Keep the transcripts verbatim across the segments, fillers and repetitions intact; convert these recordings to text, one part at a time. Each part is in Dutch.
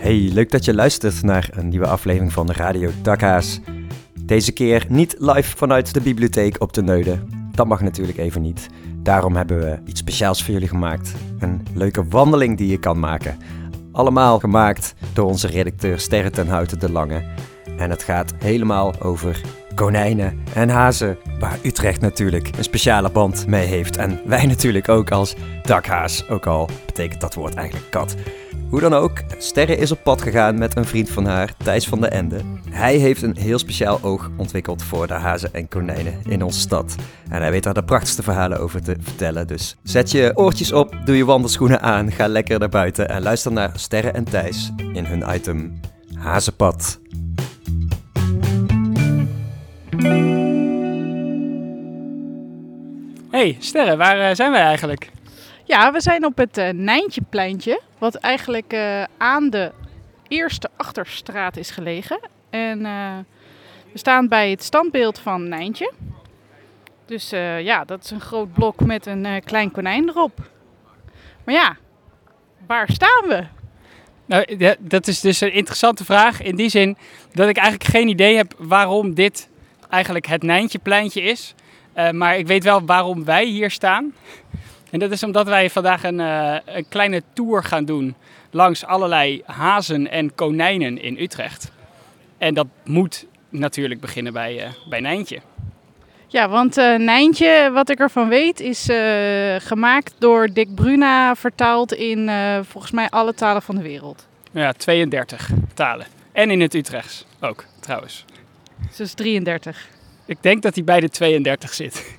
Hey, leuk dat je luistert naar een nieuwe aflevering van de Radio Dakhaas. Deze keer niet live vanuit de bibliotheek op de Neude. Dat mag natuurlijk even niet. Daarom hebben we iets speciaals voor jullie gemaakt. Een leuke wandeling die je kan maken. Allemaal gemaakt door onze redacteur Sterre ten Houten de Lange. En het gaat helemaal over konijnen en hazen, waar Utrecht natuurlijk een speciale band mee heeft. En wij natuurlijk ook als dakhaas, ook al betekent dat woord eigenlijk kat. Hoe dan ook, Sterre is op pad gegaan met een vriend van haar, Thijs van den Ende. Hij heeft een heel speciaal oog ontwikkeld voor de hazen en konijnen in onze stad. En hij weet daar de prachtigste verhalen over te vertellen. Dus zet je oortjes op, doe je wandelschoenen aan, ga lekker naar buiten en luister naar Sterre en Thijs in hun item Hazenpad. Hey Sterre, waar uh, zijn wij eigenlijk? Ja, we zijn op het uh, Nijntjepleintje, wat eigenlijk uh, aan de eerste achterstraat is gelegen. En uh, we staan bij het standbeeld van Nijntje. Dus uh, ja, dat is een groot blok met een uh, klein konijn erop. Maar ja, waar staan we? Nou, ja, dat is dus een interessante vraag in die zin dat ik eigenlijk geen idee heb waarom dit eigenlijk het Nijntjepleintje is. Uh, maar ik weet wel waarom wij hier staan. En dat is omdat wij vandaag een, uh, een kleine tour gaan doen langs allerlei hazen en konijnen in Utrecht. En dat moet natuurlijk beginnen bij, uh, bij Nijntje. Ja, want uh, Nijntje, wat ik ervan weet, is uh, gemaakt door Dick Bruna, vertaald in uh, volgens mij alle talen van de wereld. Ja, tweeëndertig talen. En in het Utrechts ook, trouwens. Dus drieëndertig. Ik denk dat hij bij de tweeëndertig zit.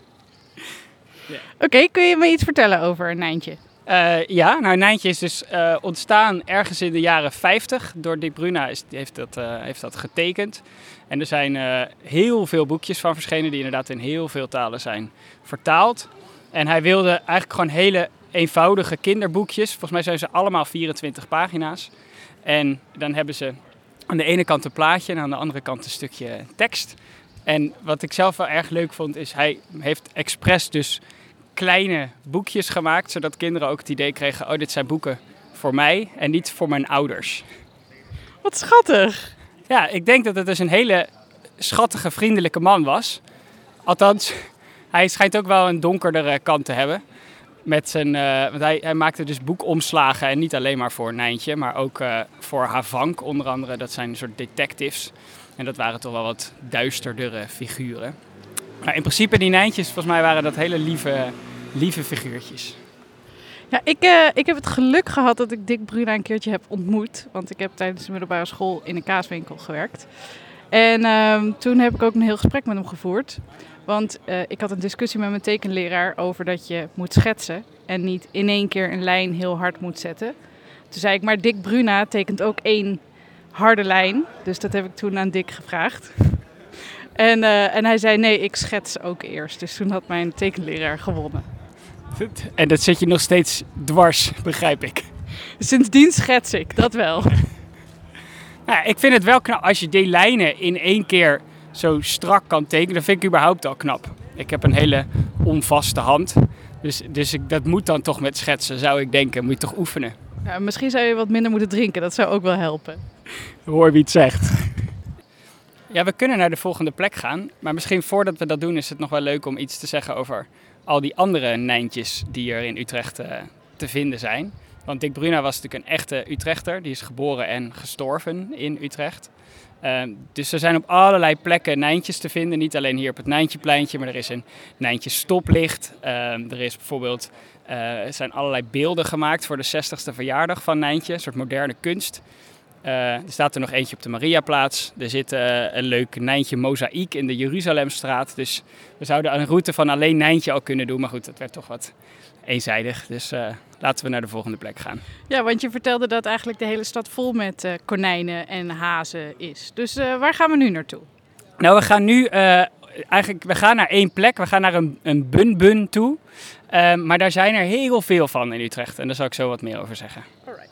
Ja. Oké, okay, kun je me iets vertellen over Nijntje? Uh, ja, nou Nijntje is dus uh, ontstaan ergens in de jaren vijftig. Door Dick Bruna is, die heeft, dat, uh, heeft dat getekend. En er zijn uh, heel veel boekjes van verschenen die inderdaad in heel veel talen zijn vertaald. En hij wilde eigenlijk gewoon hele eenvoudige kinderboekjes. Volgens mij zijn ze allemaal vierentwintig pagina's. En dan hebben ze aan de ene kant een plaatje en aan de andere kant een stukje tekst. En wat ik zelf wel erg leuk vond is, hij heeft expres dus kleine boekjes gemaakt, zodat kinderen ook het idee kregen, oh, dit zijn boeken voor mij en niet voor mijn ouders. Wat schattig! Ja, ik denk dat het dus een hele schattige, vriendelijke man was. Althans, hij schijnt ook wel een donkerdere kant te hebben. Met zijn, uh, want hij, hij maakte dus boekomslagen en niet alleen maar voor Nijntje, maar ook uh, voor Havank onder andere. Dat zijn een soort detectives. En dat waren toch wel wat duisterdere figuren. Maar in principe die Nijntjes, volgens mij waren dat hele lieve, lieve figuurtjes. Ja, ik, uh, ik heb het geluk gehad dat ik Dick Bruna een keertje heb ontmoet. Want ik heb tijdens de middelbare school in een kaaswinkel gewerkt. En uh, toen heb ik ook een heel gesprek met hem gevoerd. Want uh, ik had een discussie met mijn tekenleraar over dat je moet schetsen. En niet in één keer een lijn heel hard moet zetten. Toen zei ik, maar Dick Bruna tekent ook één harde lijn. Dus dat heb ik toen aan Dick gevraagd. En, uh, en hij zei, nee, ik schets ook eerst. Dus toen had mijn tekenleraar gewonnen. En dat zit je nog steeds dwars, begrijp ik. Sindsdien schets ik, dat wel. Nou, ik vind het wel knap als je die lijnen in één keer zo strak kan tekenen. Dat vind ik überhaupt al knap. Ik heb een hele onvaste hand. Dus, dus ik, dat moet dan toch met schetsen, zou ik denken. Moet je toch oefenen. Ja, misschien zou je wat minder moeten drinken. Dat zou ook wel helpen. Hoor wie het zegt. Ja, we kunnen naar de volgende plek gaan. Maar misschien voordat we dat doen is het nog wel leuk om iets te zeggen over al die andere Nijntjes die er in Utrecht uh, te vinden zijn. Want Dick Bruna was natuurlijk een echte Utrechter. Die is geboren en gestorven in Utrecht. Uh, dus er zijn op allerlei plekken Nijntjes te vinden. Niet alleen hier op het Nijntjepleintje, maar er is een Nijntje stoplicht. Uh, er is bijvoorbeeld, uh, er zijn allerlei beelden gemaakt voor de zestigste verjaardag van Nijntje. Een soort moderne kunst. Uh, er staat er nog eentje op de Mariaplaats. Er zit uh, een leuk Nijntje mozaïek in de Jeruzalemstraat. Dus we zouden een route van alleen Nijntje al kunnen doen. Maar goed, dat werd toch wat eenzijdig. Dus uh, laten we naar de volgende plek gaan. Ja, want je vertelde dat eigenlijk de hele stad vol met uh, konijnen en hazen is. Dus uh, waar gaan we nu naartoe? Nou, we gaan nu uh, eigenlijk we gaan naar één plek. We gaan naar een, een bun-bun toe. Uh, maar daar zijn er heel veel van in Utrecht. En daar zal ik zo wat meer over zeggen. Alright.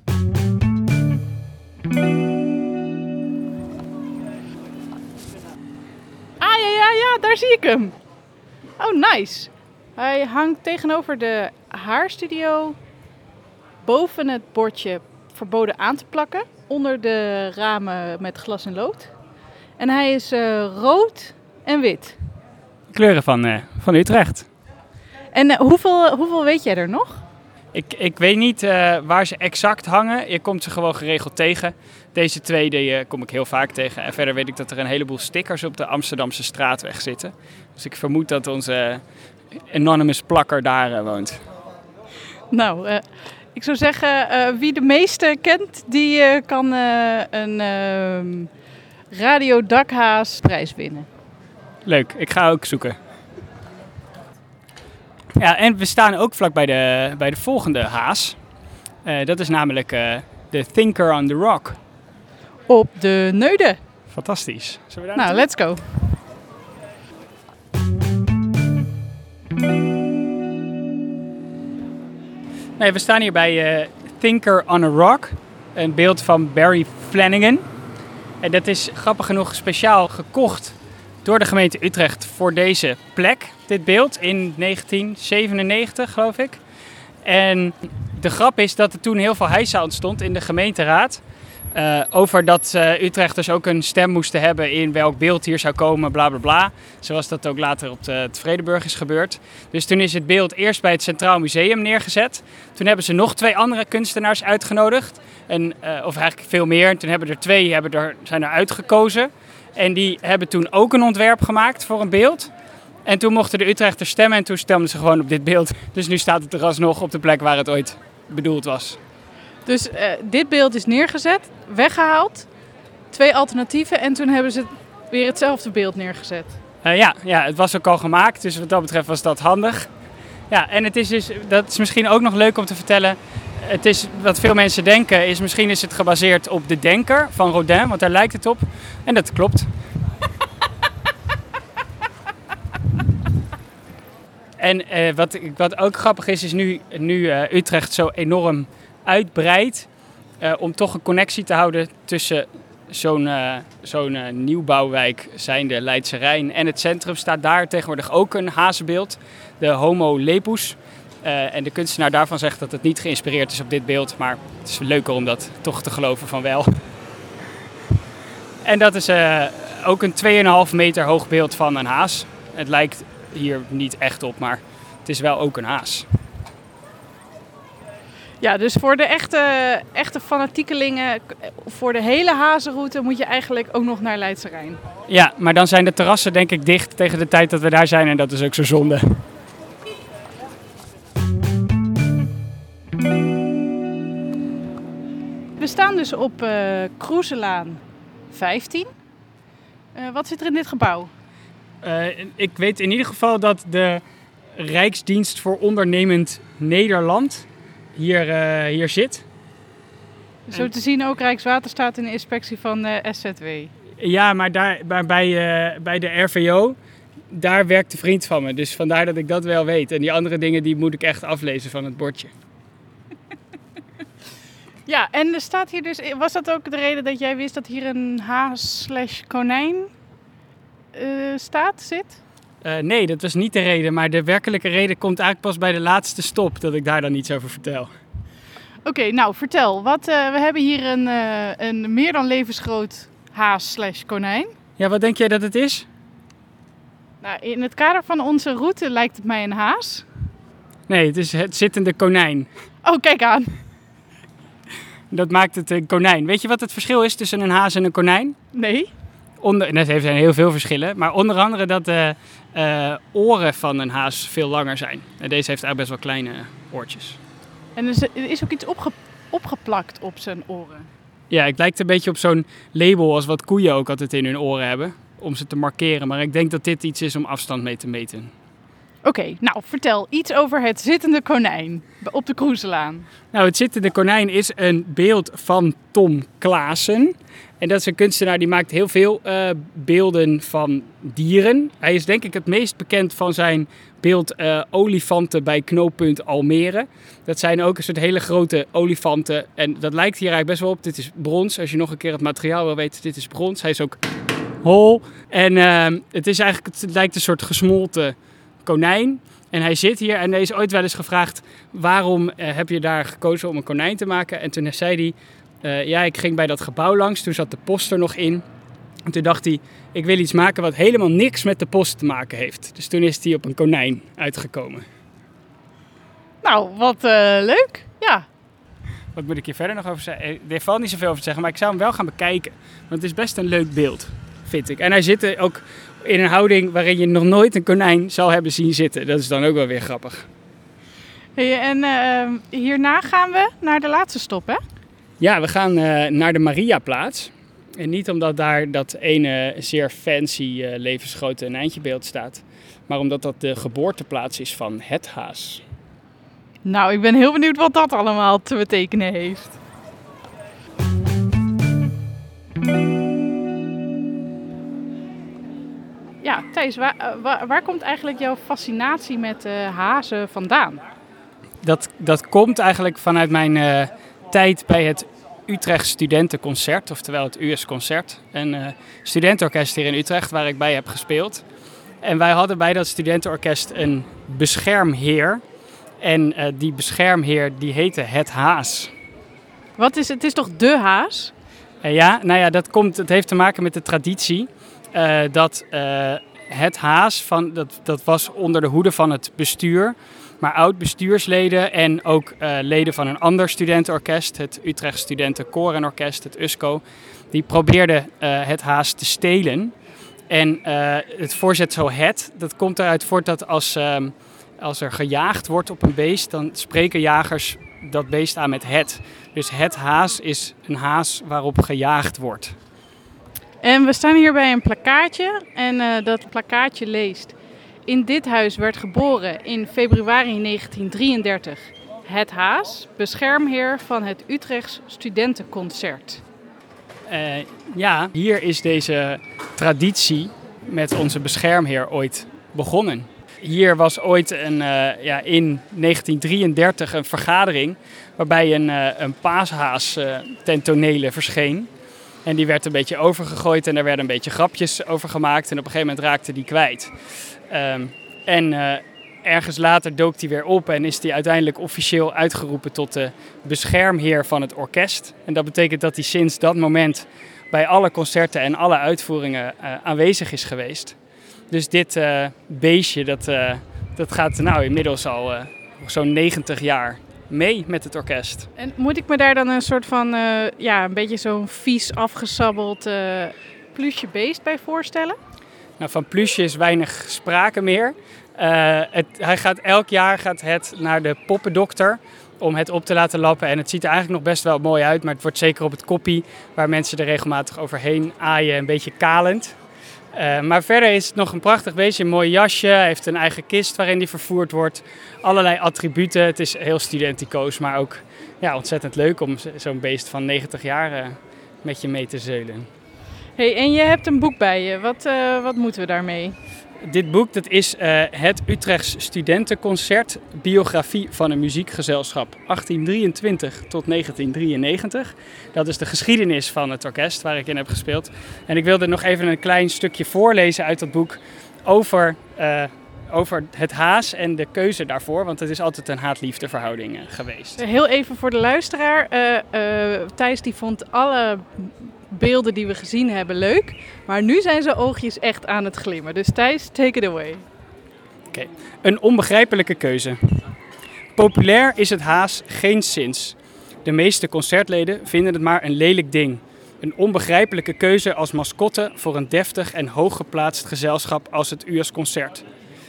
Ah, ja, ja, ja, daar zie ik hem. Oh, nice. Hij hangt tegenover de haarstudio boven het bordje verboden aan te plakken onder de ramen met glas en lood. En hij is uh, rood en wit. Kleuren van, uh, van Utrecht. En uh, hoeveel, hoeveel weet jij er nog? Ik, ik weet niet uh, waar ze exact hangen. Je komt ze gewoon geregeld tegen. Deze twee die, uh, kom ik heel vaak tegen. En verder weet ik dat er een heleboel stickers op de Amsterdamse straatweg zitten. Dus ik vermoed dat onze uh, anonymous plakker daar uh, woont. Nou, uh, ik zou zeggen, uh, wie de meeste kent, die uh, kan uh, een uh, Radio Dakhaas prijs winnen. Leuk, ik ga ook zoeken. Ja, en we staan ook vlak bij de, bij de volgende haas. Uh, dat is namelijk uh, de Thinker on the Rock. Op de Neude. Fantastisch. Zullen we daar nou, naartoe? let's go. Nee, we staan hier bij uh, Thinker on a Rock. Een beeld van Barry Flanagan. En dat is grappig genoeg speciaal gekocht door de gemeente Utrecht voor deze plek. Dit beeld in negentien zevenennegentig, geloof ik. En de grap is dat er toen heel veel heisa ontstond in de gemeenteraad. Uh, over dat uh, Utrechters ook een stem moesten hebben in welk beeld hier zou komen, bla bla bla. Zoals dat ook later op de, het Vredenburg is gebeurd. Dus toen is het beeld eerst bij het Centraal Museum neergezet. Toen hebben ze nog twee andere kunstenaars uitgenodigd. En, uh, of eigenlijk veel meer. En toen hebben er twee hebben er, zijn er uitgekozen. En die hebben toen ook een ontwerp gemaakt voor een beeld. En toen mochten de Utrechters stemmen en toen stemden ze gewoon op dit beeld. Dus nu staat het er alsnog op de plek waar het ooit bedoeld was. Dus uh, dit beeld is neergezet, weggehaald, twee alternatieven en toen hebben ze weer hetzelfde beeld neergezet. Uh, ja, ja, het was ook al gemaakt, dus wat dat betreft was dat handig. Ja, en het is dus, dat is misschien ook nog leuk om te vertellen. Het is, wat veel mensen denken, is misschien is het gebaseerd op De Denker van Rodin, want daar lijkt het op. En dat klopt. En uh, wat, wat ook grappig is, is nu, nu uh, Utrecht zo enorm uitbreidt, uh, om toch een connectie te houden tussen zo'n, uh, zo'n uh, nieuwbouwwijk zijnde Leidse Rijn en het centrum, staat daar tegenwoordig ook een hazenbeeld, de Homo lepus. Uh, en de kunstenaar daarvan zegt dat het niet geïnspireerd is op dit beeld, maar het is leuker om dat toch te geloven van wel. En dat is uh, ook een twee komma vijf meter hoog beeld van een haas. Het lijkt hier niet echt op, maar het is wel ook een haas. Ja, dus voor de echte, echte fanatiekelingen, voor de hele hazenroute moet je eigenlijk ook nog naar Leidse Rijn. Ja, maar dan zijn de terrassen denk ik dicht tegen de tijd dat we daar zijn en dat is ook zo zonde. We staan dus op uh, Kroeselaan vijftien. Uh, wat zit er in dit gebouw? Uh, ik weet in ieder geval dat de Rijksdienst voor Ondernemend Nederland hier, uh, hier zit. Zo te zien ook Rijkswaterstaat in de inspectie van de S Z W. Ja, maar, daar, maar bij, uh, bij de R V O, daar werkt een vriend van me. Dus vandaar dat ik dat wel weet. En die andere dingen die moet ik echt aflezen van het bordje. Ja, en er staat hier dus, was dat ook de reden dat jij wist dat hier een haas slash konijn uh, staat, zit? Uh, nee, dat was niet de reden. Maar de werkelijke reden komt eigenlijk pas bij de laatste stop, dat ik daar dan iets over vertel. Oké, okay, nou vertel. Wat, uh, we hebben hier een, uh, een meer dan levensgroot haas slash konijn. Ja, wat denk jij dat het is? Nou, in het kader van onze route lijkt het mij een haas. Nee, het is het zittende konijn. Oh, kijk aan. Dat maakt het een konijn. Weet je wat het verschil is tussen een haas en een konijn? Nee. Onder, er zijn heel veel verschillen. Maar onder andere dat de uh, oren van een haas veel langer zijn. En deze heeft eigenlijk best wel kleine oortjes. En er is ook iets opge, opgeplakt op zijn oren. Ja, het lijkt een beetje op zo'n label als wat koeien ook altijd in hun oren hebben. Om ze te markeren. Maar ik denk dat dit iets is om afstand mee te meten. Oké, okay, nou vertel iets over het zittende konijn op de Kroeselaan. Nou, het zittende konijn is een beeld van Tom Klaassen. En dat is een kunstenaar die maakt heel veel uh, beelden van dieren. Hij is denk ik het meest bekend van zijn beeld uh, olifanten bij knooppunt Almere. Dat zijn ook een soort hele grote olifanten. En dat lijkt hier eigenlijk best wel op. Dit is brons. Als je nog een keer het materiaal wil weten, dit is brons. Hij is ook hol. En uh, het is eigenlijk, het lijkt een soort gesmolten konijn. En hij zit hier en hij is ooit wel eens gevraagd... waarom uh, heb je daar gekozen om een konijn te maken? En toen zei hij... Uh, ja, ik ging bij dat gebouw langs. Toen zat de post er nog in. En toen dacht hij... ik wil iets maken wat helemaal niks met de post te maken heeft. Dus toen is hij op een konijn uitgekomen. Nou, wat uh, leuk. Ja. Wat moet ik hier verder nog over zeggen? Er valt niet zoveel over te zeggen, maar ik zou hem wel gaan bekijken. Want het is best een leuk beeld, vind ik. En hij zit er ook in een houding waarin je nog nooit een konijn zou hebben zien zitten. Dat is dan ook wel weer grappig. Hey, en uh, hierna gaan we naar de laatste stop, hè? Ja, we gaan uh, naar de Mariaplaats. En niet omdat daar dat ene zeer fancy uh, levensgrote Nijntjebeeld staat. Maar omdat dat de geboorteplaats is van Het Haas. Nou, ik ben heel benieuwd wat dat allemaal te betekenen heeft. Ja, Thijs, waar, waar, waar komt eigenlijk jouw fascinatie met uh, hazen vandaan? Dat, dat komt eigenlijk vanuit mijn uh, tijd bij het Utrecht Studentenconcert, oftewel het U S Concert. Een uh, studentenorkest hier in Utrecht waar ik bij heb gespeeld. En wij hadden bij dat studentenorkest een beschermheer. En uh, die beschermheer die heette Het Haas. Wat is het? Het is toch de haas? Uh, ja, nou ja, dat komt, het heeft te maken met de traditie uh, dat uh, Het Haas, van, dat, dat was onder de hoede van het bestuur. Maar oud-bestuursleden en ook uh, leden van een ander studentenorkest, het Utrecht Studentenkoor en Orkest, het U S C O, die probeerden uh, Het Haas te stelen. En uh, het voorzetsel het, dat komt eruit voort dat als... Uh, Als er gejaagd wordt op een beest, dan spreken jagers dat beest aan met het. Dus het haas is een haas waarop gejaagd wordt. En we staan hier bij een plakkaatje en uh, dat plakkaatje leest... In dit huis werd geboren in februari negentien drieëndertig Het Haas, beschermheer van het Utrechts Studentenconcert. Uh, ja, hier is deze traditie met onze beschermheer ooit begonnen. Hier was ooit een, uh, ja, in negentien drieëndertig een vergadering waarbij een, uh, een paashaas uh, ten tonele verscheen. En die werd een beetje overgegooid en er werden een beetje grapjes over gemaakt. En op een gegeven moment raakte die kwijt. Um, en uh, ergens later dook die weer op en is die uiteindelijk officieel uitgeroepen tot de beschermheer van het orkest. En dat betekent dat hij sinds dat moment bij alle concerten en alle uitvoeringen uh, aanwezig is geweest. Dus dit uh, beestje, dat, uh, dat gaat nou inmiddels al uh, zo'n negentig jaar mee met het orkest. En moet ik me daar dan een soort van, uh, ja, een beetje zo'n vies afgesabbeld uh, pluche beest bij voorstellen? Nou, van pluche is weinig sprake meer. Uh, het, hij gaat, elk jaar gaat het naar de poppendokter om het op te laten lappen. En het ziet er eigenlijk nog best wel mooi uit, maar het wordt zeker op het koppie, waar mensen er regelmatig overheen aaien, een beetje kalend. Uh, maar verder is het nog een prachtig beestje, een mooi jasje. Hij heeft een eigen kist waarin hij vervoerd wordt. Allerlei attributen. Het is heel studenticoos, maar ook ja, ontzettend leuk om zo'n beest van negentig jaar uh, met je mee te zeulen. Hey, en je hebt een boek bij je. Wat, uh, wat moeten we daarmee? Dit boek dat is uh, het Utrechts Studentenconcert, biografie van een muziekgezelschap achttien drieëntwintig tot negentien drieënnegentig. Dat is de geschiedenis van het orkest waar ik in heb gespeeld. En ik wilde nog even een klein stukje voorlezen uit dat boek over, uh, over het haas en de keuze daarvoor. Want het is altijd een haat-liefde verhouding uh, geweest. Heel even voor de luisteraar. Uh, uh, Thijs die vond alle beelden die we gezien hebben leuk. Maar nu zijn zijn oogjes echt aan het glimmen. Dus Thijs, take it away. Oké, okay. Een onbegrijpelijke keuze. Populair is het haas geenszins. De meeste concertleden vinden het maar een lelijk ding. Een onbegrijpelijke keuze als mascotte voor een deftig en hooggeplaatst gezelschap als het U S Concert.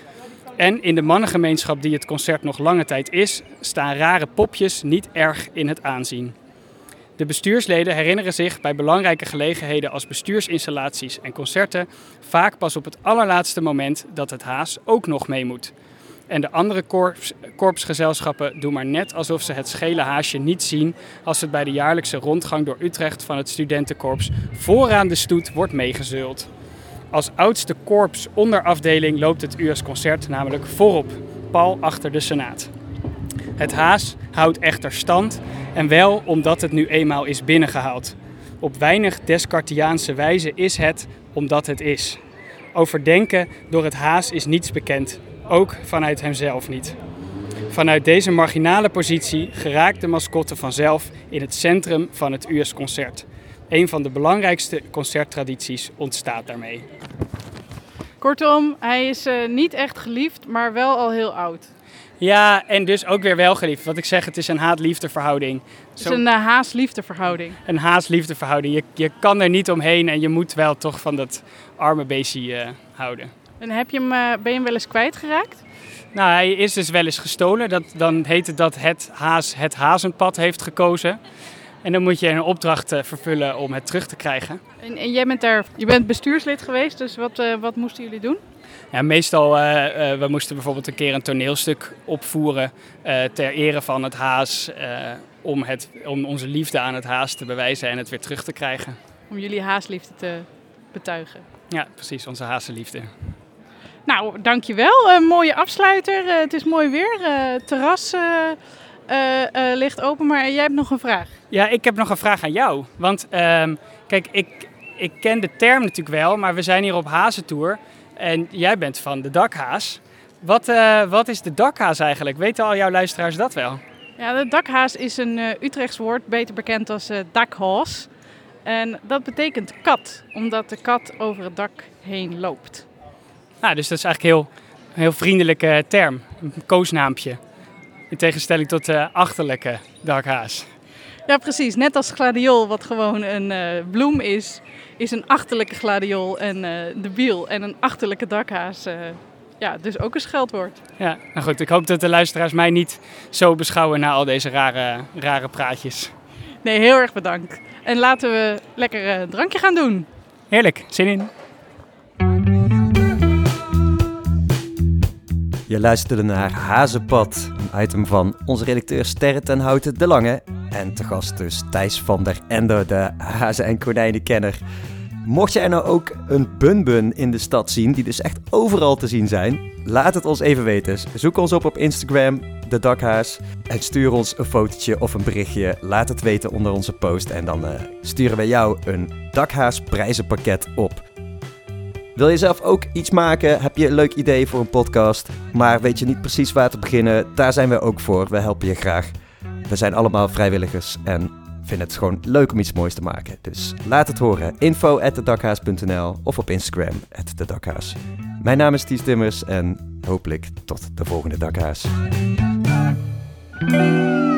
En in de mannengemeenschap die het concert nog lange tijd is, staan rare popjes niet erg in het aanzien. De bestuursleden herinneren zich bij belangrijke gelegenheden als bestuursinstallaties en concerten vaak pas op het allerlaatste moment dat het haas ook nog mee moet. En de andere korps, korpsgezelschappen doen maar net alsof ze het schele haasje niet zien als het bij de jaarlijkse rondgang door Utrecht van het studentenkorps vooraan de stoet wordt meegezeuld. Als oudste korps onderafdeling loopt het U S Concert namelijk voorop, pal achter de Senaat. Het haas houdt echter stand en wel omdat het nu eenmaal is binnengehaald. Op weinig Descartiaanse wijze is het omdat het is. Over denken door het haas is niets bekend. ook vanuit hemzelf niet. Vanuit deze marginale positie geraakt de mascotte vanzelf in het centrum van het U S-concert. Een van de belangrijkste concerttradities ontstaat daarmee. Kortom, hij is uh, niet echt geliefd, maar wel al heel oud. Ja, en dus ook weer wel geliefd. Wat ik zeg, het is een haat-liefdeverhouding. Het is Zo... een uh, haas-liefdeverhouding. Een haas-liefdeverhouding. Je, je kan er niet omheen en je moet wel toch van dat arme beestje uh, houden. En heb je hem, uh, ben je hem wel eens kwijtgeraakt? Nou, hij is dus wel eens gestolen. Dat, dan heet het dat het haas het hazenpad heeft gekozen. En dan moet je een opdracht uh, vervullen om het terug te krijgen. En, en jij bent daar, je bent bestuurslid geweest, dus wat, uh, wat moesten jullie doen? Ja, meestal, uh, uh, we moesten bijvoorbeeld een keer een toneelstuk opvoeren uh, ter ere van het haas. Uh, om, het, om onze liefde aan het haas te bewijzen en het weer terug te krijgen. Om jullie haasliefde te betuigen. Ja, precies, onze hazenliefde. Nou, dankjewel. Een mooie afsluiter. Uh, het is mooi weer. Uh, terras uh, uh, uh, ligt open, maar jij hebt nog een vraag. Ja, ik heb nog een vraag aan jou. Want uh, kijk, ik, ik ken de term natuurlijk wel, maar we zijn hier op hazentour. En jij bent van de dakhaas. Wat, uh, wat is de dakhaas eigenlijk? Weten al jouw luisteraars dat wel? Ja, de dakhaas is een uh, Utrechts woord, beter bekend als uh, dakhaas. En dat betekent kat, omdat de kat over het dak heen loopt. Nou, dus dat is eigenlijk een heel, heel vriendelijke term, een koosnaampje. In tegenstelling tot de achterlijke dakhaas. Ja, precies. Net als gladiool, wat gewoon een uh, bloem is, is een achterlijke gladiool en uh, de biel en een achterlijke dakhaas. Uh, ja, dus ook een scheldwoord. Ja, nou goed. Ik hoop dat de luisteraars mij niet zo beschouwen na al deze rare, rare praatjes. Nee, heel erg bedankt. En laten we lekker een drankje gaan doen. Heerlijk, zin in. Je luisterde naar Hazenpad, een item van onze redacteur Sterre ten Houten de Lange. En te gast dus Thijs van der Ende, de hazen- en konijnenkenner. Mocht jij nou ook een bunbun in de stad zien, die dus echt overal te zien zijn, laat het ons even weten. Zoek ons op op Instagram, de Dakhaas, en stuur ons een fotootje of een berichtje. Laat het weten onder onze post en dan uh, sturen wij jou een Dakhaas prijzenpakket op. Wil je zelf ook iets maken? Heb je een leuk idee voor een podcast? Maar weet je niet precies waar te beginnen? Daar zijn we ook voor. We helpen je graag. We zijn allemaal vrijwilligers en vinden het gewoon leuk om iets moois te maken. Dus laat het horen. info at de dakhaas punt n l of op Instagram at de dakhaas. Mijn naam is Ties Timmers en hopelijk tot de volgende Dakhaas.